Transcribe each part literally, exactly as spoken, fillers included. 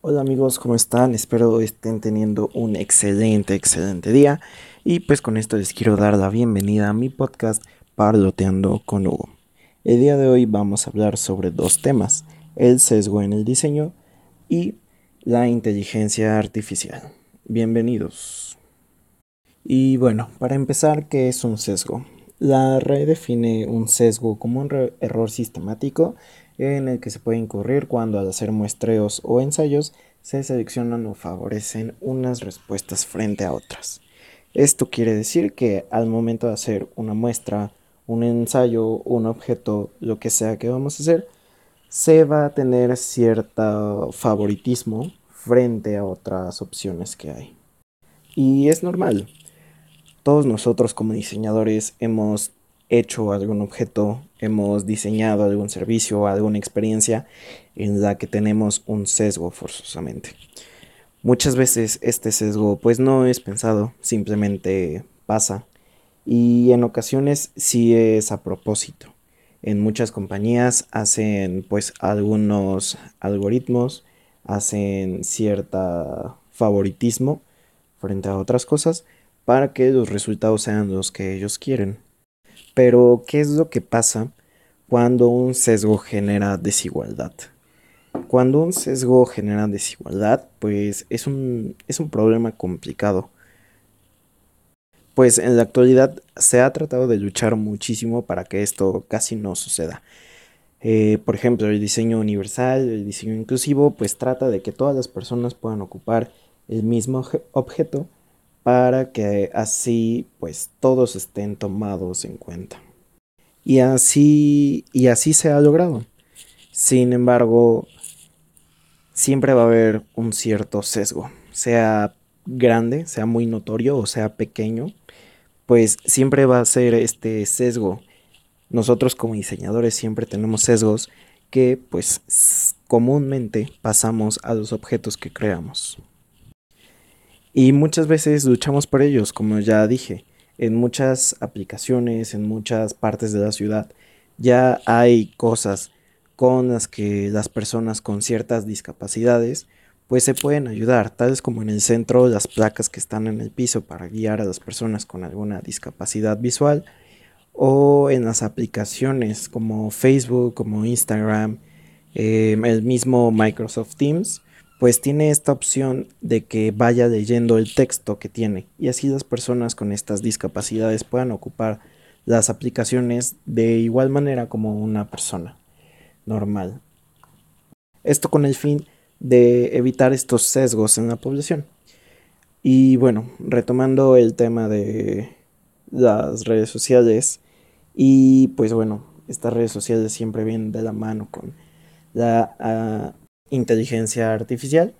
Hola amigos, ¿cómo están? Espero estén teniendo un excelente, excelente día. Y pues con esto les quiero dar la bienvenida a mi podcast Parloteando con Hugo. El día de hoy vamos a hablar sobre dos temas, el sesgo en el diseño y la inteligencia artificial. Bienvenidos. Y bueno, para empezar, ¿qué es un sesgo? La R A E define un sesgo como un re- error sistemático en el que se puede incurrir cuando al hacer muestreos o ensayos se seleccionan o favorecen unas respuestas frente a otras. Esto quiere decir que al momento de hacer una muestra, un ensayo, un objeto, lo que sea que vamos a hacer, se va a tener cierto favoritismo frente a otras opciones que hay. Y es normal. Todos nosotros como diseñadores hemos hecho algún objeto, hemos diseñado algún servicio, alguna experiencia en la que tenemos un sesgo forzosamente. Muchas veces este sesgo pues no es pensado, simplemente pasa y en ocasiones sí es a propósito. En muchas compañías hacen pues algunos algoritmos, hacen cierta favoritismo frente a otras cosas para que los resultados sean los que ellos quieren. Pero, ¿qué es lo que pasa cuando un sesgo genera desigualdad? Cuando un sesgo genera desigualdad, pues es un, es un problema complicado. Pues en la actualidad se ha tratado de luchar muchísimo para que esto casi no suceda. Eh, por ejemplo, el diseño universal, el diseño inclusivo, pues trata de que todas las personas puedan ocupar el mismo obje- objeto para que así pues todos estén tomados en cuenta. Y así, y así se ha logrado. Sin embargo, siempre va a haber un cierto sesgo, sea grande, sea muy notorio o sea pequeño, pues siempre va a ser este sesgo. Nosotros como diseñadores siempre tenemos sesgos que pues comúnmente pasamos a los objetos que creamos. Y muchas veces luchamos por ellos, como ya dije, en muchas aplicaciones, en muchas partes de la ciudad, ya hay cosas con las que las personas con ciertas discapacidades pues se pueden ayudar, tales como en el centro las placas que están en el piso para guiar a las personas con alguna discapacidad visual o en las aplicaciones como Facebook, como Instagram, eh, el mismo Microsoft Teams, pues tiene esta opción de que vaya leyendo el texto que tiene y así las personas con estas discapacidades puedan ocupar las aplicaciones de igual manera como una persona normal. Esto con el fin de evitar estos sesgos en la población. Y bueno, retomando el tema de las redes sociales, y pues bueno, estas redes sociales siempre vienen de la mano con la uh, inteligencia artificial.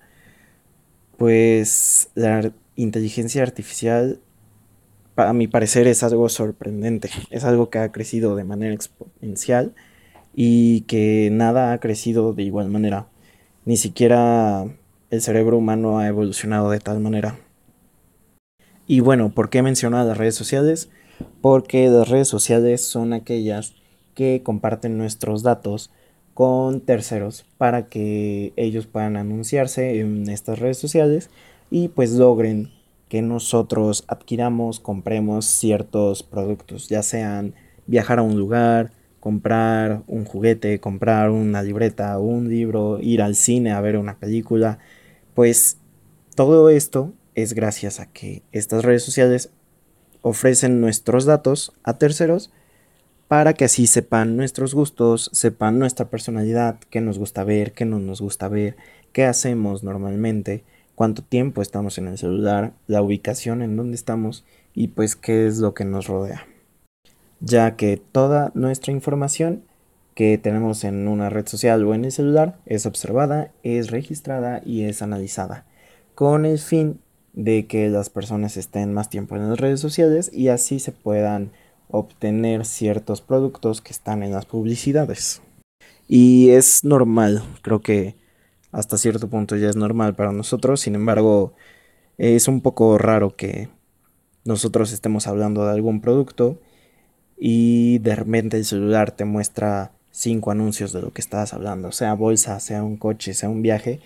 Pues la inteligencia artificial, a mi parecer, es algo sorprendente. Es algo que ha crecido de manera exponencial y que nada ha crecido de igual manera. Ni siquiera el cerebro humano ha evolucionado de tal manera. Y bueno, ¿por qué mencionar las redes sociales? Porque las redes sociales son aquellas que comparten nuestros datos con terceros para que ellos puedan anunciarse en estas redes sociales y pues logren que nosotros adquiramos, compremos ciertos productos, ya sean viajar a un lugar, comprar un juguete, comprar una libreta, un libro, ir al cine a ver una película, pues todo esto es gracias a que estas redes sociales ofrecen nuestros datos a terceros para que así sepan nuestros gustos, sepan nuestra personalidad, qué nos gusta ver, qué no nos gusta ver, qué hacemos normalmente, cuánto tiempo estamos en el celular, la ubicación en donde estamos y pues qué es lo que nos rodea. Ya que toda nuestra información que tenemos en una red social o en el celular es observada, es registrada y es analizada con el fin de que las personas estén más tiempo en las redes sociales y así se puedan obtener ciertos productos que están en las publicidades. Y es normal, creo que hasta cierto punto ya es normal para nosotros, sin embargo, es un poco raro que nosotros estemos hablando de algún producto y de repente el celular te muestra cinco anuncios de lo que estabas hablando, sea bolsa, sea un coche, sea un viaje.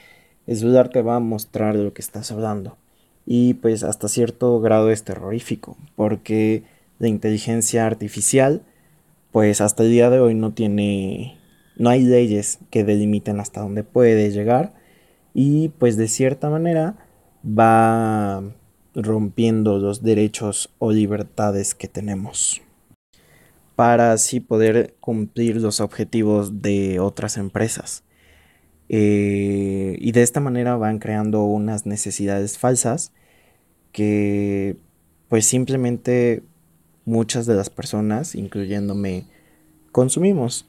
El celular te va a mostrar de lo que estás hablando. Y pues hasta cierto grado es terrorífico, porque la inteligencia artificial, pues hasta el día de hoy no tiene, no hay leyes que delimiten hasta dónde puede llegar y pues de cierta manera va rompiendo los derechos o libertades que tenemos para así poder cumplir los objetivos de otras empresas. Eh, y de esta manera van creando unas necesidades falsas que pues simplemente muchas de las personas, incluyéndome, consumimos.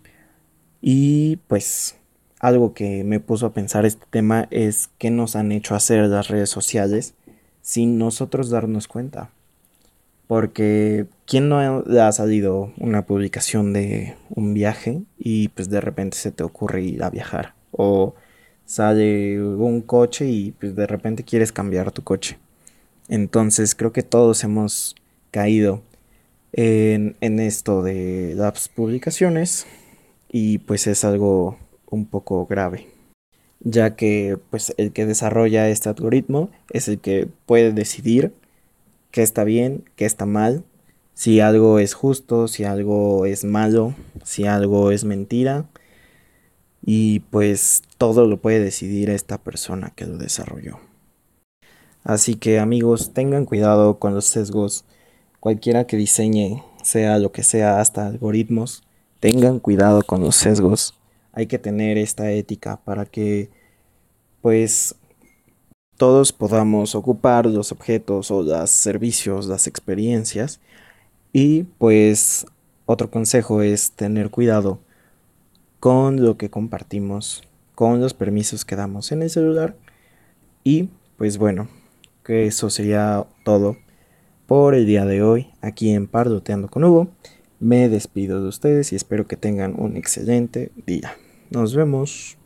Y pues algo que me puso a pensar este tema es qué nos han hecho hacer las redes sociales sin nosotros darnos cuenta. Porque ¿quién no le ha salido una publicación de un viaje y pues de repente se te ocurre ir a viajar? O sale un coche y pues de repente quieres cambiar tu coche. Entonces creo que todos hemos caído en, en esto de las publicaciones y pues es algo un poco grave, ya que pues el que desarrolla este algoritmo es el que puede decidir qué está bien, qué está mal, si algo es justo, si algo es malo, si algo es mentira y pues todo lo puede decidir esta persona que lo desarrolló. Así que amigos, tengan cuidado con los sesgos. Cualquiera que diseñe, sea lo que sea, hasta algoritmos, tengan cuidado con los sesgos. Hay que tener esta ética para que pues todos podamos ocupar los objetos o los servicios, las experiencias. Y pues otro consejo es tener cuidado con lo que compartimos, con los permisos que damos en el celular. Y pues bueno, que eso sería todo por el día de hoy aquí en Parloteando con Hugo. Me despido de ustedes y espero que tengan un excelente día. Nos vemos.